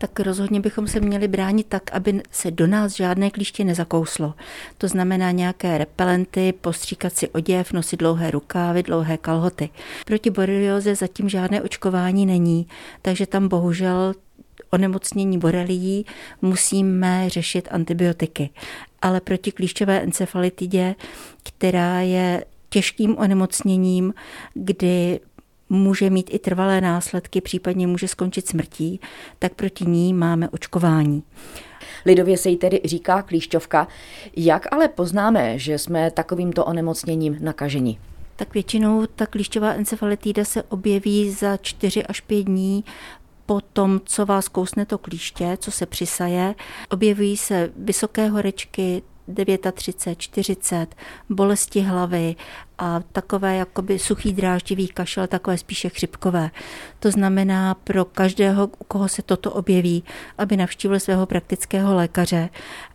Tak rozhodně bychom se měli bránit tak, aby se do nás žádné klíště nezakouslo. To znamená nějaké repelenty, postříkat si oděv, nosit dlouhé rukávy, dlouhé kalhoty. Proti borelioze zatím žádné očkování není, takže tam bohužel onemocnění borelií musíme řešit antibiotiky. Ale proti klíšťové encefalitidě, která je těžkým onemocněním, kdy může mít i trvalé následky, případně může skončit smrtí, tak proti ní máme očkování. Lidově se jí tedy říká klíšťovka. Jak ale poznáme, že jsme takovýmto onemocněním nakaženi? Tak většinou ta klíšťová encefalitida se objeví za 4 až 5 dní po tom, co vás kousne to klíště, co se přisaje. Objevují se vysoké horečky, 39, 40, bolesti hlavy a takové jakoby suchý dráždivý kašel, takové spíše chřipkové. To znamená pro každého, u koho se toto objeví, aby navštívil svého praktického lékaře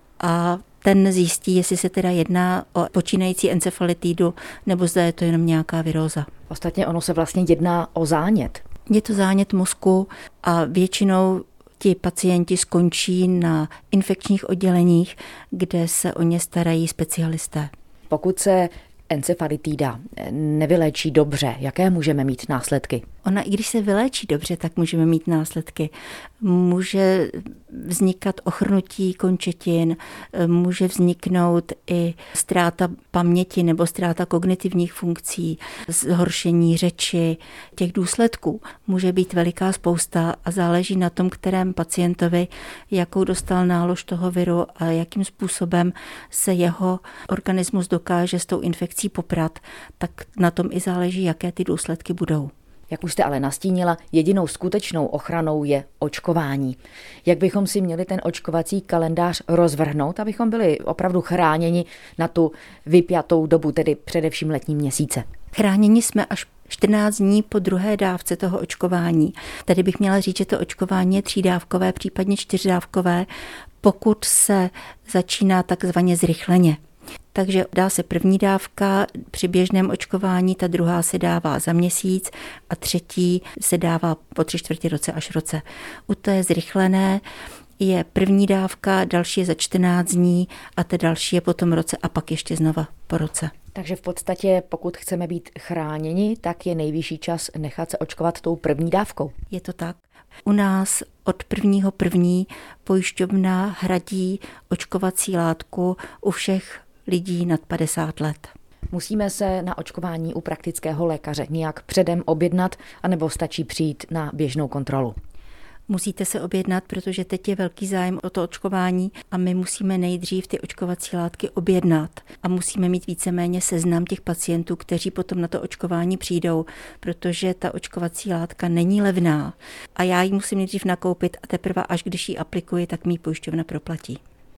a ten zjistí, jestli se teda jedná o počínající encefalitidu nebo zda je to jenom nějaká viróza. Ostatně ono se vlastně jedná o zánět. Je to zánět mozku a většinou ti pacienti skončí na infekčních odděleních, kde se o ně starají specialisté. Pokud se encefalitida nevyléčí dobře, jaké můžeme mít následky? Ona, i když se vyléčí dobře, tak můžeme mít následky. Může vznikat ochrnutí končetin, může vzniknout i ztráta paměti nebo ztráta kognitivních funkcí, zhoršení řeči. Těch důsledků může být veliká spousta a záleží na tom, kterém pacientovi, jakou dostal nálož toho viru a jakým způsobem se jeho organismus dokáže s tou infekcí poprat, tak na tom i záleží, jaké ty důsledky budou. Jak už jste ale nastínila, jedinou skutečnou ochranou je očkování. Jak bychom si měli ten očkovací kalendář rozvrhnout, abychom byli opravdu chráněni na tu vypjatou dobu, tedy především letní měsíce? Chráněni jsme až 14 dní po druhé dávce toho očkování. Tady bych měla říct, že to očkování je 3dávkové, případně 4dávkové, pokud se začíná takzvaně zrychleně. Takže dá se první dávka při běžném očkování, ta druhá se dává za měsíc a třetí se dává po 3/4 roce až roce. U té zrychlené je první dávka, další je za 14 dní a ta další je po tom roce a pak ještě znova po roce. Takže v podstatě, pokud chceme být chráněni, tak je nejvyšší čas nechat se očkovat tou první dávkou. Je to tak. U nás od 1.1. pojišťovna hradí očkovací látku u všech lidí nad 50 let. Musíme se na očkování u praktického lékaře nějak předem objednat, anebo stačí přijít na běžnou kontrolu? Musíte se objednat, protože teď je velký zájem o to očkování a my musíme nejdřív ty očkovací látky objednat a musíme mít víceméně seznam těch pacientů, kteří potom na to očkování přijdou, protože ta očkovací látka není levná a já ji musím nejdřív nakoupit a teprve až když ji aplikuji, tak mi ji pojišťovna proplatí.